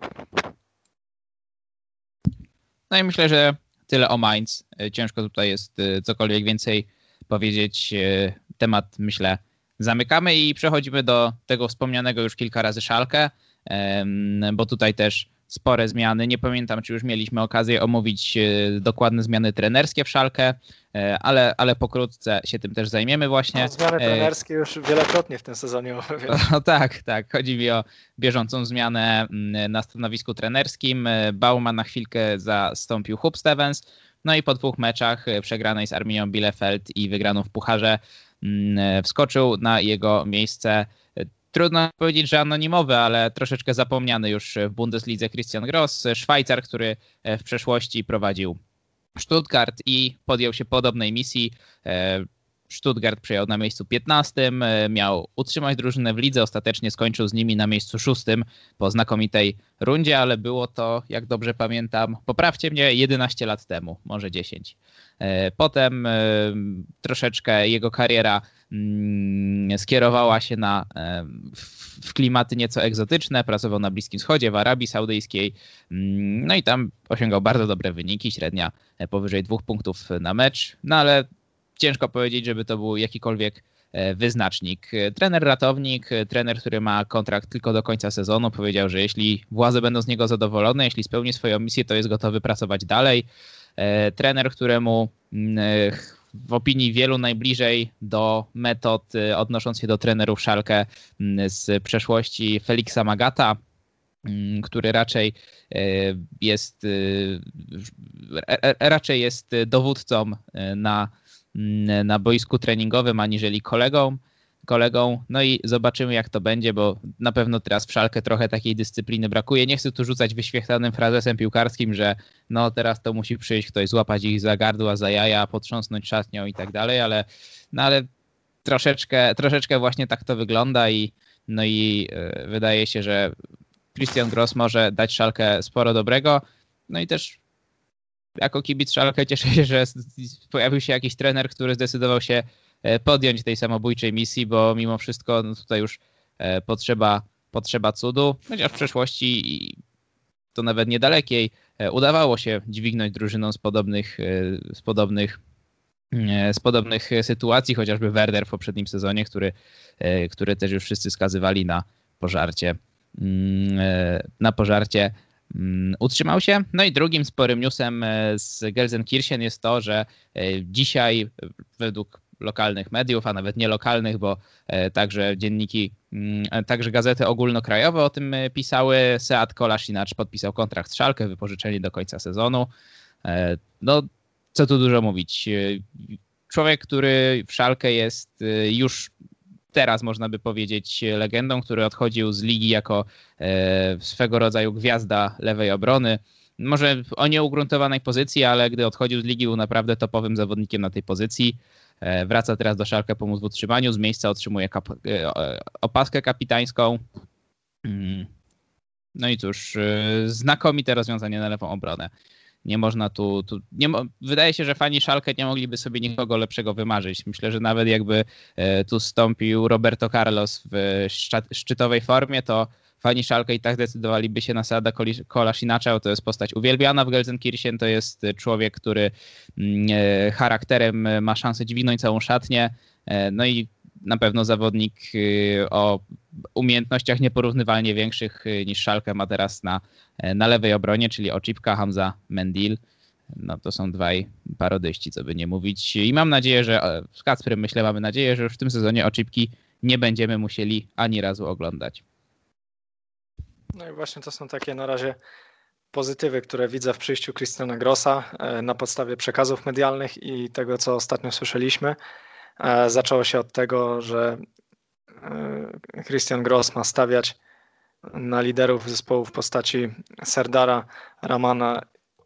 No i myślę, że tyle o Mainz. Ciężko tutaj jest cokolwiek więcej powiedzieć. Temat, myślę, zamykamy i przechodzimy do tego wspomnianego już kilka razy Schalke, bo tutaj też spore zmiany. Nie pamiętam, czy już mieliśmy okazję omówić dokładne zmiany trenerskie w Schalke, ale pokrótce się tym też zajmiemy właśnie. No, zmiany trenerskie już wielokrotnie w tym sezonie omawiamy. No tak. Chodzi mi o bieżącą zmianę na stanowisku trenerskim. Baumann na chwilkę zastąpił Hub Stevens. No i po 2 meczach przegranej z Armiją Bielefeld i wygraną w Pucharze wskoczył na jego miejsce. Trudno powiedzieć, że anonimowy, ale troszeczkę zapomniany już w Bundeslidze Christian Gross, Szwajcar, który w przeszłości prowadził Stuttgart i podjął się podobnej misji. Stuttgart przyjął na miejscu 15, miał utrzymać drużynę w lidze, ostatecznie skończył z nimi na miejscu 6 po znakomitej rundzie, ale było to, jak dobrze pamiętam, poprawcie mnie, 11 lat temu, może 10. Potem troszeczkę jego kariera skierowała się w klimaty nieco egzotyczne, pracował na Bliskim Wschodzie, w Arabii Saudyjskiej, no i tam osiągał bardzo dobre wyniki, średnia powyżej 2 punktów na mecz, no ale ciężko powiedzieć, żeby to był jakikolwiek wyznacznik. Trener ratownik, trener, który ma kontrakt tylko do końca sezonu, powiedział, że jeśli władze będą z niego zadowolone, jeśli spełni swoją misję, to jest gotowy pracować dalej. Trener, któremu w opinii wielu najbliżej do metod odnosząc się do trenerów Schalke z przeszłości Felixa Magata, który raczej jest dowódcą na boisku treningowym aniżeli kolegą. No i zobaczymy, jak to będzie, bo na pewno teraz w Schalke trochę takiej dyscypliny brakuje. Nie chcę tu rzucać wyświechtanym frazesem piłkarskim, że no teraz to musi przyjść ktoś, złapać ich za gardła, za jaja, potrząsnąć szatnią i tak dalej, ale troszeczkę właśnie tak to wygląda i wydaje się, że Christian Gross może dać Schalke sporo dobrego. No i też jako kibic Schalke cieszę się, że pojawił się jakiś trener, który zdecydował się podjąć tej samobójczej misji, bo mimo wszystko no tutaj już potrzeba potrzeba cudu, chociaż w przeszłości to nawet niedalekiej udawało się dźwignąć drużyną z podobnych sytuacji, chociażby Werder w poprzednim sezonie, który też już wszyscy skazywali na pożarcie, utrzymał się. No i drugim sporym newsem z Gelsenkirchen jest to, że dzisiaj według lokalnych mediów, a nawet nielokalnych, bo także także gazety ogólnokrajowe o tym pisały, Sead Kolasinac podpisał kontrakt z Schalke, wypożyczenie do końca sezonu. No, co tu dużo mówić. Człowiek, który w Schalke jest już teraz, można by powiedzieć, legendą, który odchodził z ligi jako swego rodzaju gwiazda lewej obrony. Może o nieugruntowanej pozycji, ale gdy odchodził z ligi, był naprawdę topowym zawodnikiem na tej pozycji. Wraca teraz do Schalke pomóc w utrzymaniu. Z miejsca otrzymuje opaskę kapitańską. No i cóż, znakomite rozwiązanie na lewą obronę. Nie można wydaje się, że fani Schalke nie mogliby sobie nikogo lepszego wymarzyć. Myślę, że nawet jakby tu stąpił Roberto Carlos w szczytowej formie, to fani Schalke i tak decydowaliby się na Seada Kolasinacza. To jest postać uwielbiana w Gelsenkirchen, to jest człowiek, który charakterem ma szansę dźwignąć całą szatnię. No i na pewno zawodnik o umiejętnościach nieporównywalnie większych niż Schalke ma teraz na lewej obronie, czyli Oczipka, Hamza Mendil. No to są dwaj parodyści, co by nie mówić. I mam nadzieję, że z Kacprem mamy nadzieję, że już w tym sezonie Oczipki nie będziemy musieli ani razu oglądać. No i właśnie to są takie na razie pozytywy, które widzę w przyjściu Christiana Grossa na podstawie przekazów medialnych i tego, co ostatnio słyszeliśmy. Zaczęło się od tego, że Christian Gross ma stawiać na liderów zespołu w postaci Serdara, Ramana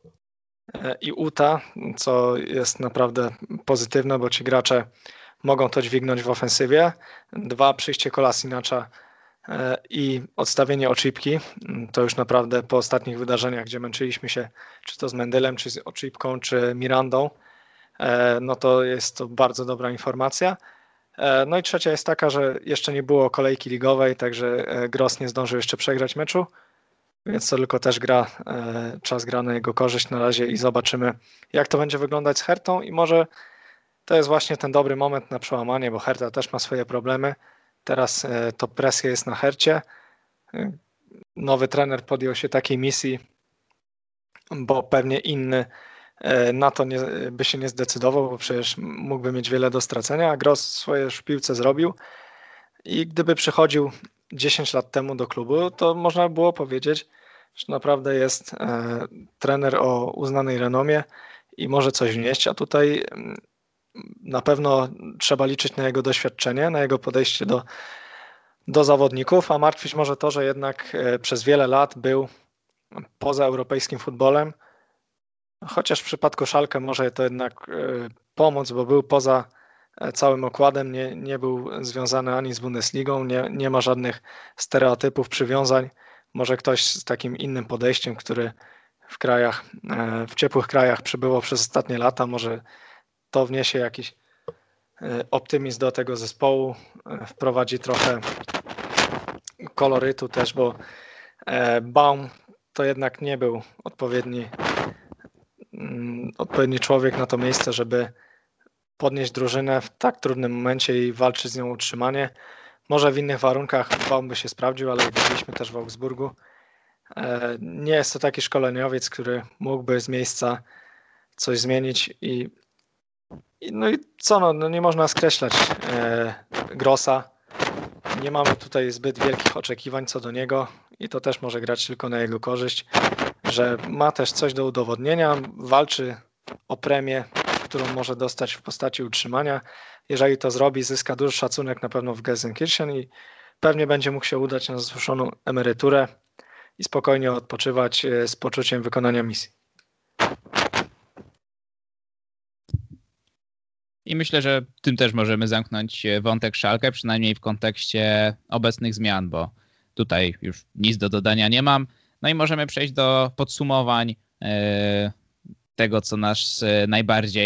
i Uta, co jest naprawdę pozytywne, bo ci gracze mogą to dźwignąć w ofensywie. 2, przyjście Kolasinacza i odstawienie Oczipki, to już naprawdę po ostatnich wydarzeniach, gdzie męczyliśmy się czy to z Mendylem, czy z Oczipką, czy Mirandą, no to jest to bardzo dobra informacja. No i trzecia jest taka, że jeszcze nie było kolejki ligowej, także Gross nie zdążył jeszcze przegrać meczu, więc to tylko też czas gra na jego korzyść na razie i zobaczymy, jak to będzie wyglądać z Hertą i może to jest właśnie ten dobry moment na przełamanie, bo Herta też ma swoje problemy. Teraz to presja jest na Hercie. Nowy trener podjął się takiej misji, bo pewnie inny na to by się nie zdecydował, bo przecież mógłby mieć wiele do stracenia, a Gross swoje już w piłce zrobił i gdyby przychodził 10 lat temu do klubu, to można by było powiedzieć, że naprawdę jest trener o uznanej renomie i może coś wnieść, a tutaj na pewno trzeba liczyć na jego doświadczenie, na jego podejście do zawodników, a martwić może to, że jednak przez wiele lat był poza europejskim futbolem, chociaż w przypadku Schalke może to jednak pomóc, bo był poza całym okładem, nie był związany ani z Bundesligą, nie ma żadnych stereotypów, przywiązań. Może ktoś z takim innym podejściem, który w ciepłych krajach przebywał przez ostatnie lata, może to wniesie jakiś optymizm do tego zespołu, wprowadzi trochę kolorytu też, bo Baum to jednak nie był odpowiedni człowiek na to miejsce, żeby podnieść drużynę w tak trudnym momencie i walczyć z nią o utrzymanie. Może w innych warunkach Baum by się sprawdził, ale jak widzieliśmy też w Augsburgu, nie jest to taki szkoleniowiec, który mógłby z miejsca coś zmienić no i co, no nie można skreślać Grossa. Nie mamy tutaj zbyt wielkich oczekiwań co do niego i to też może grać tylko na jego korzyść, że ma też coś do udowodnienia, walczy o premię, którą może dostać w postaci utrzymania. Jeżeli to zrobi, zyska duży szacunek na pewno w Gelsenkirchen i pewnie będzie mógł się udać na zasłużoną emeryturę i spokojnie odpoczywać z poczuciem wykonania misji. I myślę, że tym też możemy zamknąć wątek Schalke, przynajmniej w kontekście obecnych zmian, bo tutaj już nic do dodania nie mam. No i możemy przejść do podsumowań tego, co nas najbardziej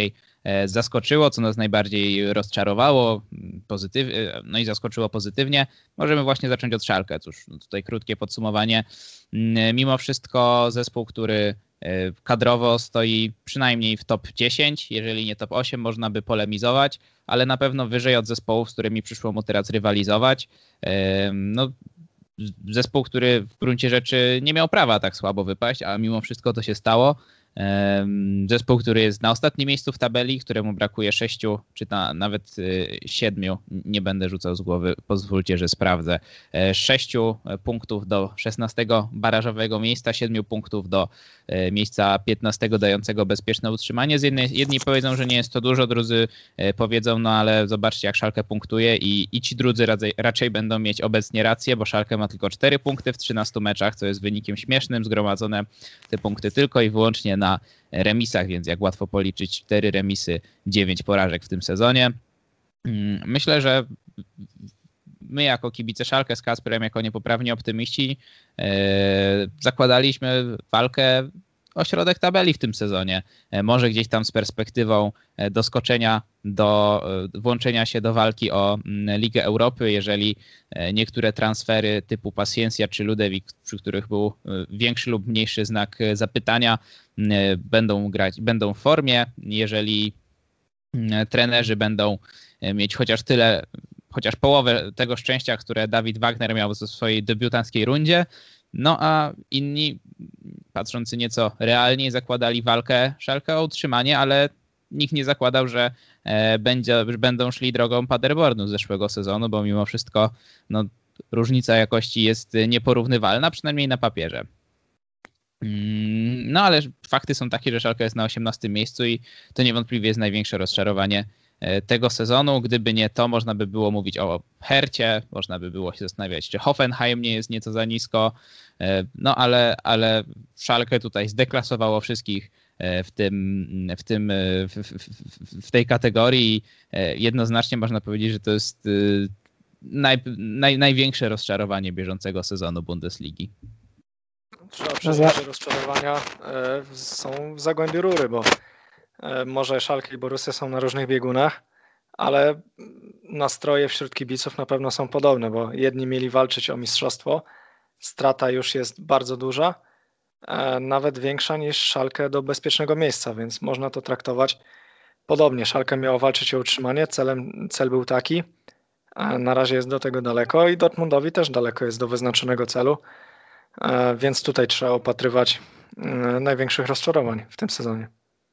zaskoczyło, co nas najbardziej rozczarowało, no i zaskoczyło pozytywnie. Możemy właśnie zacząć od Schalke. Cóż, tutaj krótkie podsumowanie. Mimo wszystko zespół, który kadrowo stoi przynajmniej w top 10, jeżeli nie top 8, można by polemizować, ale na pewno wyżej od zespołów, z którymi przyszło mu teraz rywalizować. No, zespół, który w gruncie rzeczy nie miał prawa tak słabo wypaść, a mimo wszystko to się stało. Zespół, który jest na ostatnim miejscu w tabeli, któremu brakuje 6 czy nawet 7, nie będę rzucał z głowy, pozwólcie, że sprawdzę, 6 punktów do 16 barażowego miejsca, 7 punktów do miejsca 15 dającego bezpieczne utrzymanie. Jedni powiedzą, że nie jest to dużo, drudzy powiedzą, no ale zobaczcie, jak Schalke punktuje i ci drudzy raczej będą mieć obecnie rację, bo Schalke ma tylko 4 punkty w 13 meczach, co jest wynikiem śmiesznym, zgromadzone te punkty tylko i wyłącznie na remisach, więc jak łatwo policzyć, 4 remisy, 9 porażek w tym sezonie. Myślę, że my jako kibice Schalke z Kasprem, jako niepoprawni optymiści, zakładaliśmy walkę o środek tabeli w tym sezonie. Może gdzieś tam z perspektywą doskoczenia do włączenia się do walki o Ligę Europy, jeżeli niektóre transfery typu Paciencia czy Ludewik, przy których był większy lub mniejszy znak zapytania, będą w formie, jeżeli trenerzy będą mieć chociaż połowę tego szczęścia, które Dawid Wagner miał w swojej debiutanckiej rundzie, no a inni, patrzący nieco realniej, zakładali walkę Schalke o utrzymanie, ale nikt nie zakładał, że będą szli drogą Paderbornu z zeszłego sezonu, bo mimo wszystko no, różnica jakości jest nieporównywalna, przynajmniej na papierze. No ale fakty są takie, że Schalke jest na 18 miejscu i to niewątpliwie jest największe rozczarowanie tego sezonu. Gdyby nie to, można by było mówić o Hercie, można by było się zastanawiać, czy Hoffenheim nie jest nieco za nisko, no ale Schalke tutaj zdeklasowało wszystkich w tej kategorii. Jednoznacznie można powiedzieć, że to jest największe rozczarowanie bieżącego sezonu Bundesligi. Trzeba przyznać, że rozczarowania są w zagłębiu rury, bo może Schalke i Borussia są na różnych biegunach, ale nastroje wśród kibiców na pewno są podobne, bo jedni mieli walczyć o mistrzostwo, strata już jest bardzo duża, nawet większa niż Schalke do bezpiecznego miejsca, więc można to traktować podobnie. Schalke miało walczyć o utrzymanie, cel był taki, a na razie jest do tego daleko i Dortmundowi też daleko jest do wyznaczonego celu, więc tutaj trzeba opatrywać największych rozczarowań w tym sezonie.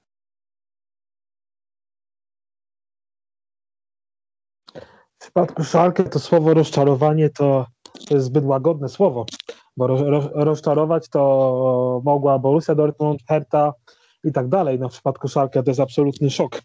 W przypadku Schalke to słowo rozczarowanie to jest zbyt łagodne słowo, bo rozczarować to mogła Borussia Dortmund, Hertha i tak dalej. No w przypadku Schalke to jest absolutny szok.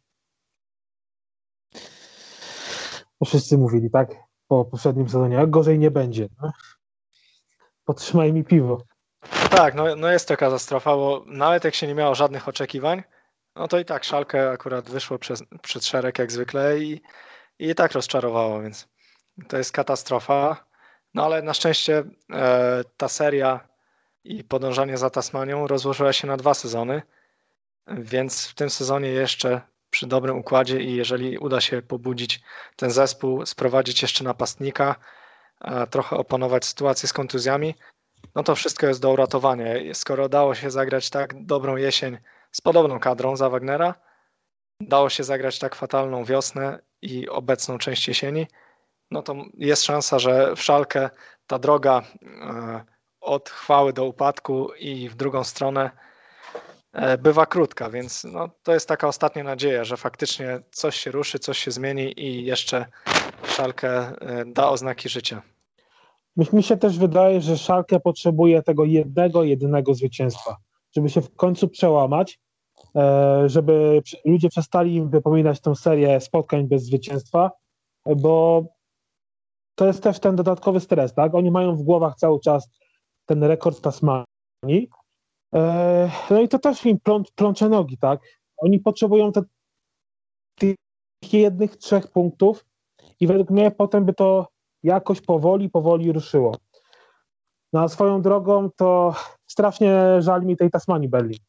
To wszyscy mówili, tak? Po poprzednim sezonie, jak gorzej nie będzie. No? Podtrzymaj mi piwo. Tak, no jest to katastrofa, bo nawet jak się nie miało żadnych oczekiwań, no to i tak Schalke akurat wyszło przed szereg jak zwykle i tak rozczarowało, więc to jest katastrofa. No ale na szczęście ta seria i podążanie za Tasmanią rozłożyła się na 2 sezony, więc w tym sezonie jeszcze przy dobrym układzie i jeżeli uda się pobudzić ten zespół, sprowadzić jeszcze napastnika, trochę opanować sytuację z kontuzjami, no to wszystko jest do uratowania. Skoro dało się zagrać tak dobrą jesień z podobną kadrą za Wagnera, dało się zagrać tak fatalną wiosnę i obecną część jesieni, no to jest szansa, że w Schalke ta droga od chwały do upadku i w drugą stronę bywa krótka, więc no, to jest taka ostatnia nadzieja, że faktycznie coś się ruszy, coś się zmieni i jeszcze Schalke da oznaki życia. Mi się też wydaje, że Schalke potrzebuje tego jedynego zwycięstwa, żeby się w końcu przełamać, żeby ludzie przestali im wypominać tę serię spotkań bez zwycięstwa, bo to jest też ten dodatkowy stres, tak? Oni mają w głowach cały czas ten rekord Tasmanii, no i to też im plącze nogi, tak? Oni potrzebują tych 1-3 punktów i według mnie potem by to jakoś powoli ruszyło. No a swoją drogą to strasznie żal mi tej Tasmanii Berlin,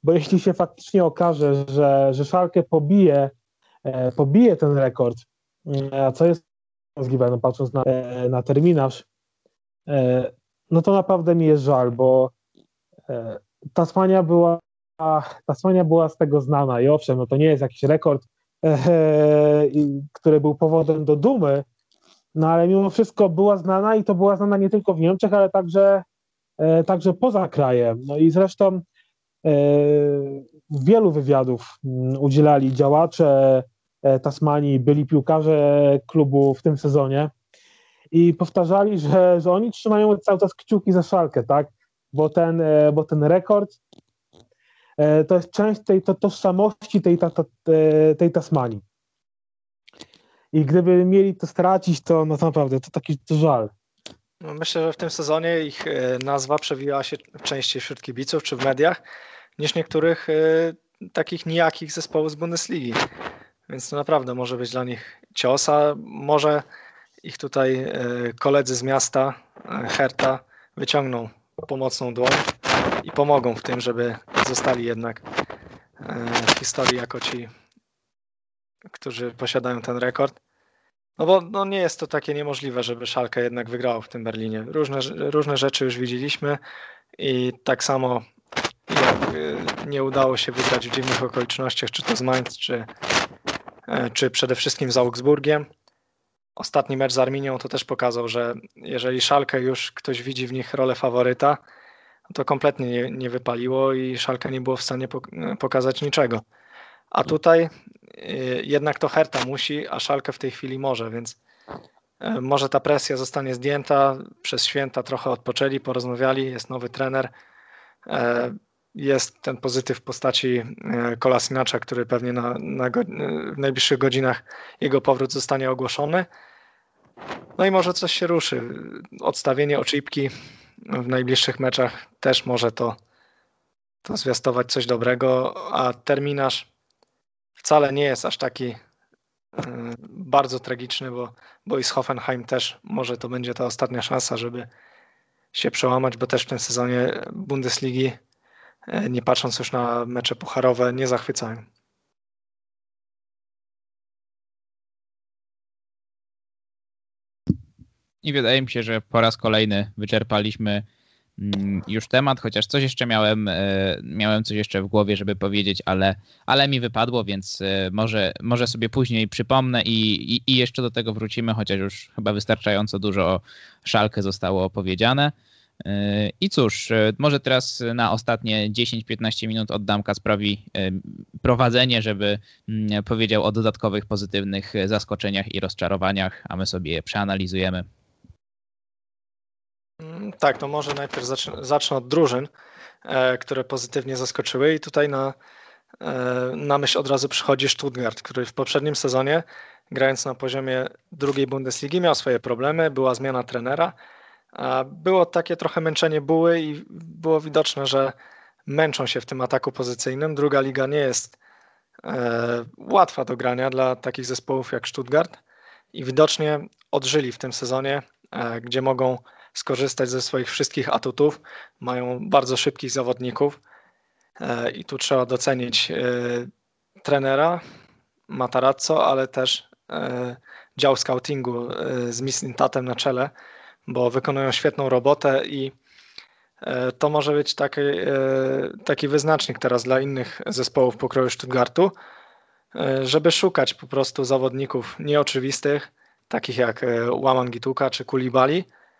bo jeśli się faktycznie okaże, że Schalke pobije ten rekord, a co jest możliwe, no patrząc na terminarz, no to naprawdę mi jest żal, bo Tasmania była z tego znana i owszem, no to nie jest jakiś rekord, który był powodem do dumy, no ale mimo wszystko była znana i to była znana nie tylko w Niemczech, ale także poza krajem. No i zresztą wielu wywiadów udzielali działacze Tasmanii, byli piłkarze klubu w tym sezonie i powtarzali, że oni trzymają cały czas kciuki za Schalke, tak? Bo ten rekord to jest część tej tożsamości tej Tasmanii. I gdyby mieli to stracić, to no naprawdę to taki żal. No myślę, że w tym sezonie ich nazwa przewijała się częściej wśród kibiców czy w mediach niż niektórych takich nijakich zespołów z Bundesligi. Więc to naprawdę może być dla nich cios, a może ich tutaj koledzy z miasta, Hertha, wyciągną pomocną dłoń i pomogą w tym, żeby zostali jednak w historii jako ci, którzy posiadają ten rekord. No bo no nie jest to takie niemożliwe, żeby Schalke jednak wygrało w tym Berlinie. Różne rzeczy już widzieliśmy i tak samo jak nie udało się wygrać w dziwnych okolicznościach, czy to z Mainz, czy przede wszystkim z Augsburgiem. Ostatni mecz z Arminią to też pokazał, że jeżeli Schalke już ktoś widzi w nich rolę faworyta, to kompletnie nie wypaliło i Schalke nie było w stanie pokazać niczego. A tutaj jednak to Hertha musi, a Schalke w tej chwili może, więc może ta presja zostanie zdjęta, przez święta trochę odpoczęli, porozmawiali, jest nowy trener, jest ten pozytyw w postaci Kolasinacza, który pewnie w najbliższych godzinach jego powrót zostanie ogłoszony. No i może coś się ruszy. Odstawienie Oczipki w najbliższych meczach też może to zwiastować coś dobrego, a terminarz wcale nie jest aż taki bardzo tragiczny, bo i z Hoffenheim też może to będzie ta ostatnia szansa, żeby się przełamać, bo też w tym sezonie Bundesligi, nie patrząc już na mecze pucharowe, nie zachwycają. I wydaje mi się, że po raz kolejny wyczerpaliśmy już temat, chociaż coś jeszcze miałem coś jeszcze w głowie, żeby powiedzieć, ale mi wypadło, więc może sobie później przypomnę i jeszcze do tego wrócimy, chociaż już chyba wystarczająco dużo o Schalke zostało opowiedziane. I cóż, może teraz na ostatnie 10-15 minut oddam Kacprowi prowadzenie, żeby powiedział o dodatkowych pozytywnych zaskoczeniach i rozczarowaniach, a my sobie je przeanalizujemy. Tak, to może najpierw zacznę od drużyn, które pozytywnie zaskoczyły i tutaj na myśl od razu przychodzi Stuttgart, który w poprzednim sezonie, grając na poziomie drugiej Bundesligi, miał swoje problemy, była zmiana trenera, było takie trochę męczenie buły i było widoczne, że męczą się w tym ataku pozycyjnym. Druga liga nie jest łatwa do grania dla takich zespołów jak Stuttgart i widocznie odżyli w tym sezonie, gdzie mogą skorzystać ze swoich wszystkich atutów. Mają bardzo szybkich zawodników i tu trzeba docenić trenera Matarazzo, ale też dział scoutingu z Mislintatem na czele, bo wykonują świetną robotę i to może być taki wyznacznik teraz dla innych zespołów pokroju Stuttgartu, żeby szukać po prostu zawodników nieoczywistych, takich jak Łaman Gituka czy Koulibaly,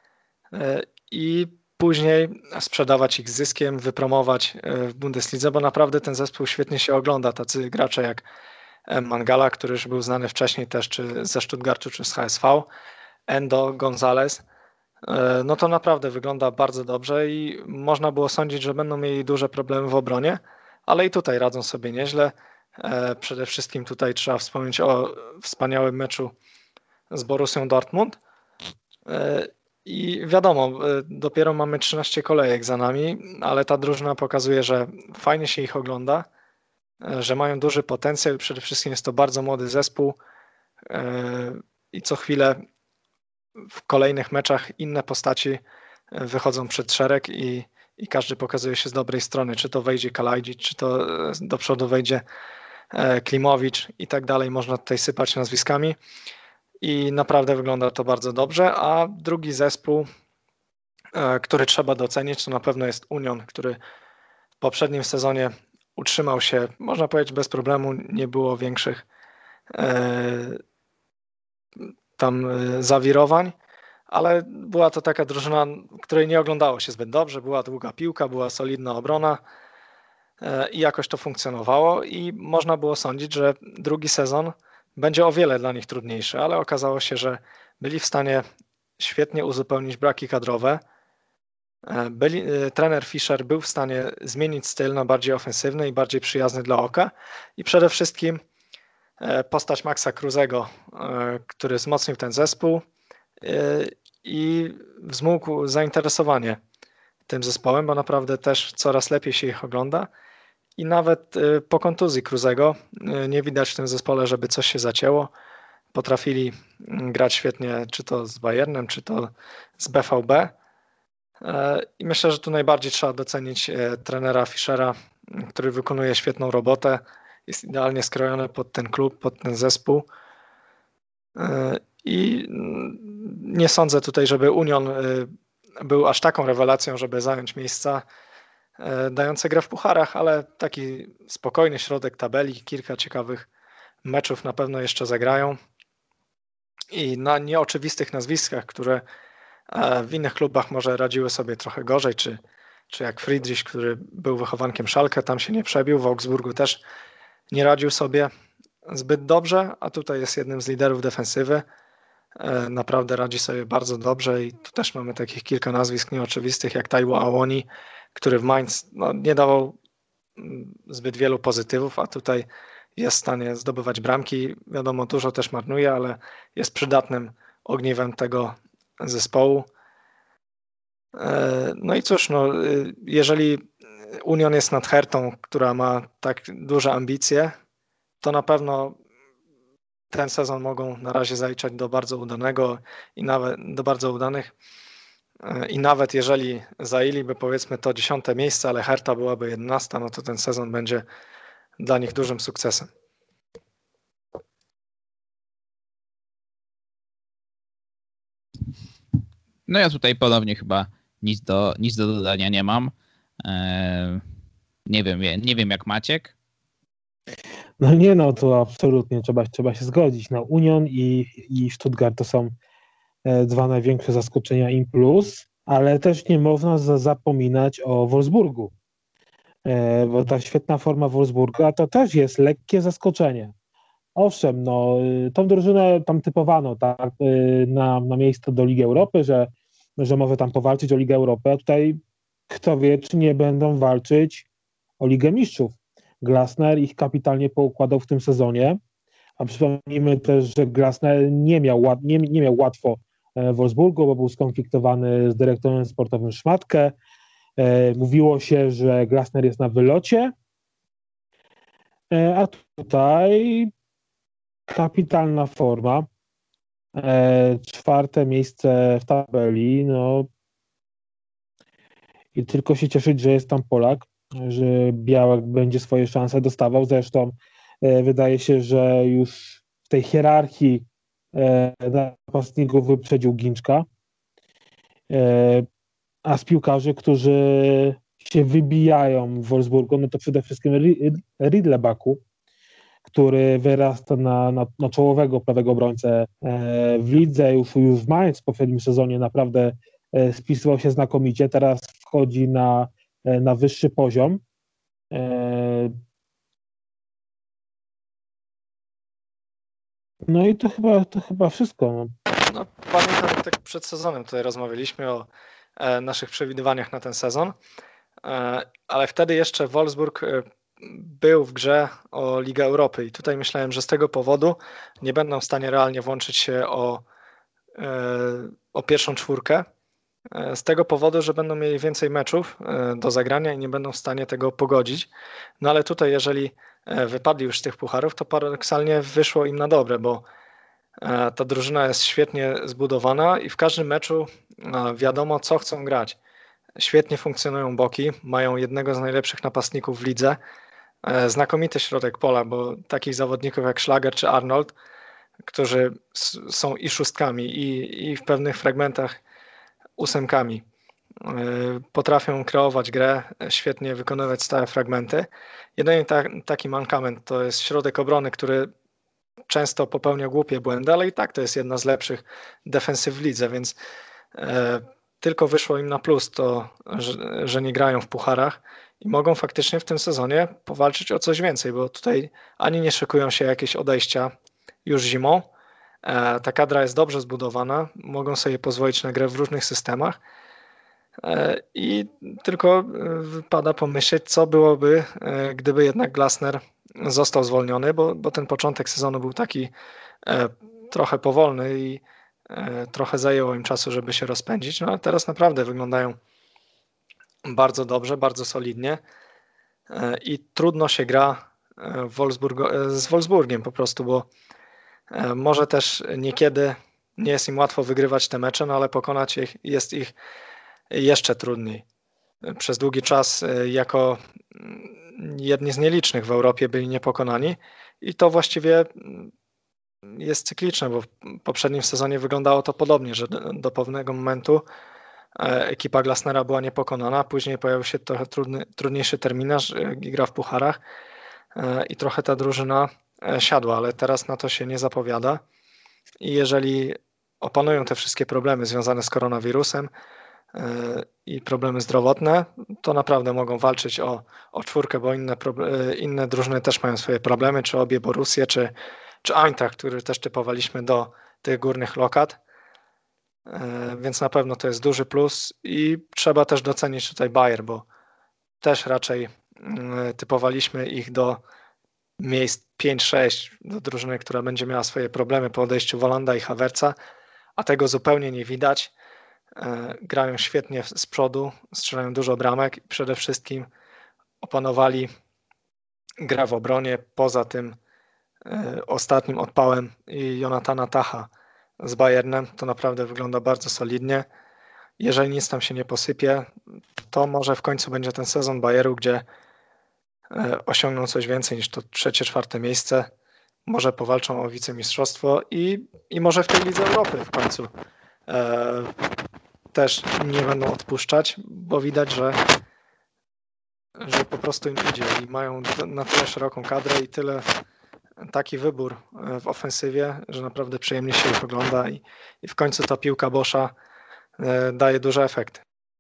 i później sprzedawać ich z zyskiem, wypromować w Bundeslidze, bo naprawdę ten zespół świetnie się ogląda. Tacy gracze jak Mangala, który już był znany wcześniej też czy ze Stuttgartu, czy z HSV, Endo, Gonzalez, no to naprawdę wygląda bardzo dobrze i można było sądzić, że będą mieli duże problemy w obronie, ale i tutaj radzą sobie nieźle. Przede wszystkim tutaj trzeba wspomnieć o wspaniałym meczu z Borussią Dortmund. I wiadomo, dopiero mamy 13 kolejek za nami, ale ta drużyna pokazuje, że fajnie się ich ogląda, że mają duży potencjał i przede wszystkim jest to bardzo młody zespół i co chwilę w kolejnych meczach inne postaci wychodzą przed szereg i i każdy pokazuje się z dobrej strony, czy to wejdzie Kalajdzic, czy to do przodu wejdzie Klimowicz i tak dalej, można tutaj sypać nazwiskami i naprawdę wygląda to bardzo dobrze, a drugi zespół, który trzeba docenić, to na pewno jest Union, który w poprzednim sezonie utrzymał się, można powiedzieć, bez problemu, nie było większych tam zawirowań, ale była to taka drużyna, której nie oglądało się zbyt dobrze, była długa piłka, była solidna obrona i jakoś to funkcjonowało i można było sądzić, że drugi sezon będzie o wiele dla nich trudniejszy, ale okazało się, że byli w stanie świetnie uzupełnić braki kadrowe. Trener Fischer był w stanie zmienić styl na bardziej ofensywny i bardziej przyjazny dla oka i przede wszystkim postać Maxa Krusego, który wzmocnił ten zespół i wzmógł zainteresowanie tym zespołem, bo naprawdę też coraz lepiej się ich ogląda i nawet po kontuzji Krusego nie widać w tym zespole, żeby coś się zacięło. Potrafili grać świetnie, czy to z Bayernem, czy to z BVB. I myślę, że tu najbardziej trzeba docenić trenera Fischera, który wykonuje świetną robotę, jest idealnie skrojony pod ten klub, pod ten zespół. I nie sądzę tutaj, żeby Union był aż taką rewelacją, żeby zająć miejsca dające grę w pucharach, ale taki spokojny środek tabeli, kilka ciekawych meczów na pewno jeszcze zagrają. I na nieoczywistych nazwiskach, które w innych klubach może radziły sobie trochę gorzej, czy jak Friedrich, który był wychowankiem Schalke, tam się nie przebił, w Augsburgu też nie radził sobie zbyt dobrze, a tutaj jest jednym z liderów defensywy. Naprawdę radzi sobie bardzo dobrze i tu też mamy takich kilka nazwisk nieoczywistych, jak Taiwo Awoni, który w Mainz nie dawał zbyt wielu pozytywów, a tutaj jest w stanie zdobywać bramki. Wiadomo, dużo też marnuje, ale jest przydatnym ogniwem tego zespołu. No i cóż, jeżeli Union jest nad Hertą, która ma tak duże ambicje, to na pewno ten sezon mogą na razie zaliczać do bardzo udanego i nawet do bardzo udanych. I nawet jeżeli zajęliby powiedzmy to 10. miejsce, ale Herta byłaby 11, no to ten sezon będzie dla nich dużym sukcesem. No ja tutaj ponownie chyba nic do dodania nie mam. Nie wiem jak Maciek. No nie, no to absolutnie trzeba się zgodzić. No Union i Stuttgart to są dwa największe zaskoczenia in plus, ale też nie można zapominać o Wolfsburgu, bo ta świetna forma Wolfsburga to też jest lekkie zaskoczenie. Owszem, no tą drużynę tam typowano tak, na miejsce do Ligi Europy, że może tam powalczyć o Ligę Europy, a tutaj kto wie, czy nie będą walczyć o Ligę Mistrzów. Glasner ich kapitalnie poukładał w tym sezonie, a przypomnijmy też, że Glasner nie miał łatwo w Wolfsburgu, bo był skonfliktowany z dyrektorem sportowym Szmatkę. Mówiło się, że Glasner jest na wylocie, a tutaj kapitalna forma. 4. miejsce w tabeli, no i tylko się cieszyć, że jest tam Polak, że Białek będzie swoje szanse dostawał. Zresztą wydaje się, że już w tej hierarchii napastników wyprzedził Ginczka. A z piłkarzy, którzy się wybijają w Wolfsburgu, no to przede wszystkim Riedlebaku, który wyrasta na czołowego prawego obrońcę w lidze, już w Mainz w poprzednim sezonie naprawdę spisywał się znakomicie, teraz wchodzi na wyższy poziom. No i to chyba wszystko. No, pamiętam, jak tak przed sezonem tutaj rozmawialiśmy o naszych przewidywaniach na ten sezon, ale wtedy jeszcze Wolfsburg był w grze o Ligę Europy i tutaj myślałem, że z tego powodu nie będą w stanie realnie włączyć się o pierwszą czwórkę, z tego powodu, że będą mieli więcej meczów do zagrania i nie będą w stanie tego pogodzić. No ale tutaj, jeżeli wypadli już z tych pucharów, to paradoksalnie wyszło im na dobre, bo ta drużyna jest świetnie zbudowana i w każdym meczu wiadomo, co chcą grać. Świetnie funkcjonują boki, mają jednego z najlepszych napastników w lidze. Znakomity środek pola, bo takich zawodników jak Schlager czy Arnold, którzy są i szóstkami, i w pewnych fragmentach ósemkami. Potrafią kreować grę, świetnie wykonywać stałe fragmenty. Jedynie taki mankament to jest środek obrony, który często popełnia głupie błędy, ale i tak to jest jedna z lepszych defensyw w lidze, więc tylko wyszło im na plus to, że nie grają w pucharach i mogą faktycznie w tym sezonie powalczyć o coś więcej, bo tutaj ani nie szykują się jakieś odejścia już zimą. Ta kadra jest dobrze zbudowana, mogą sobie pozwolić na grę w różnych systemach i tylko wypada pomyśleć, co byłoby, gdyby jednak Glasner został zwolniony, bo ten początek sezonu był taki trochę powolny i trochę zajęło im czasu, żeby się rozpędzić, no ale teraz naprawdę wyglądają bardzo dobrze, bardzo solidnie i trudno się gra z Wolfsburgiem po prostu, bo może też niekiedy nie jest im łatwo wygrywać te mecze, no ale pokonać ich jest ich jeszcze trudniej. Przez długi czas jako jedni z nielicznych w Europie byli niepokonani i to właściwie jest cykliczne, bo w poprzednim sezonie wyglądało to podobnie, że do pewnego momentu ekipa Glasnera była niepokonana, później pojawił się trochę trudniejszy terminarz, gra w pucharach i trochę ta drużyna siadła, ale teraz na to się nie zapowiada i jeżeli opanują te wszystkie problemy związane z koronawirusem i problemy zdrowotne, to naprawdę mogą walczyć o czwórkę, bo inne drużyny też mają swoje problemy, czy obie Borussie, czy Eintracht, który też typowaliśmy do tych górnych lokat, więc na pewno to jest duży plus i trzeba też docenić tutaj Bayer, bo też raczej typowaliśmy ich do miejsc 5-6, do drużyny, która będzie miała swoje problemy po odejściu Wolanda i Havertza, a tego zupełnie nie widać. Grają świetnie z przodu, strzelają dużo bramek i przede wszystkim opanowali grę w obronie poza tym ostatnim odpałem Jonathana Taha z Bayernem. To naprawdę wygląda bardzo solidnie. Jeżeli nic tam się nie posypie, to może w końcu będzie ten sezon Bayeru, gdzie osiągną coś więcej niż to 3-4 miejsce. Może powalczą o wicemistrzostwo i może w tej Lidze Europy w końcu też nie będą odpuszczać, bo widać, że po prostu im idzie i mają na tyle szeroką kadrę i taki wybór w ofensywie, że naprawdę przyjemnie się ich ogląda i w końcu ta piłka Boscha daje duże efekty.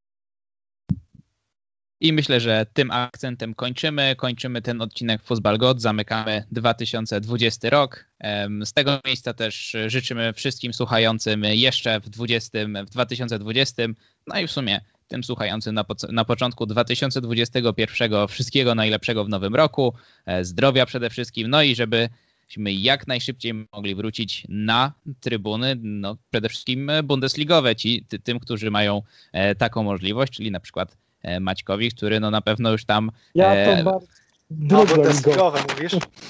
I myślę, że tym akcentem kończymy ten odcinek Fußball God, zamykamy 2020 rok. Z tego miejsca też życzymy wszystkim słuchającym jeszcze w 2020, no i w sumie tym słuchającym na początku 2021 wszystkiego najlepszego w nowym roku, zdrowia przede wszystkim, no i żebyśmy jak najszybciej mogli wrócić na trybuny, no przede wszystkim bundesligowe, tym, którzy mają taką możliwość, czyli na przykład Maćkowi, który no na pewno już tam... Ja to bardzo bundesligowe mówisz?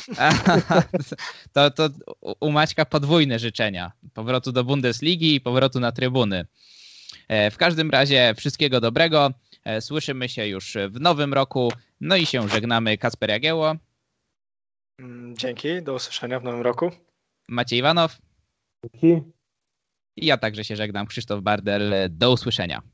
To u Maćka podwójne życzenia. Powrotu do Bundesligi i powrotu na trybuny. W każdym razie wszystkiego dobrego. Słyszymy się już w nowym roku. No i się żegnamy. Kacper Jagiełło. Dzięki. Do usłyszenia w nowym roku. Maciej Iwanow. Dzięki. I ja także się żegnam. Krzysztof Bardel. Do usłyszenia.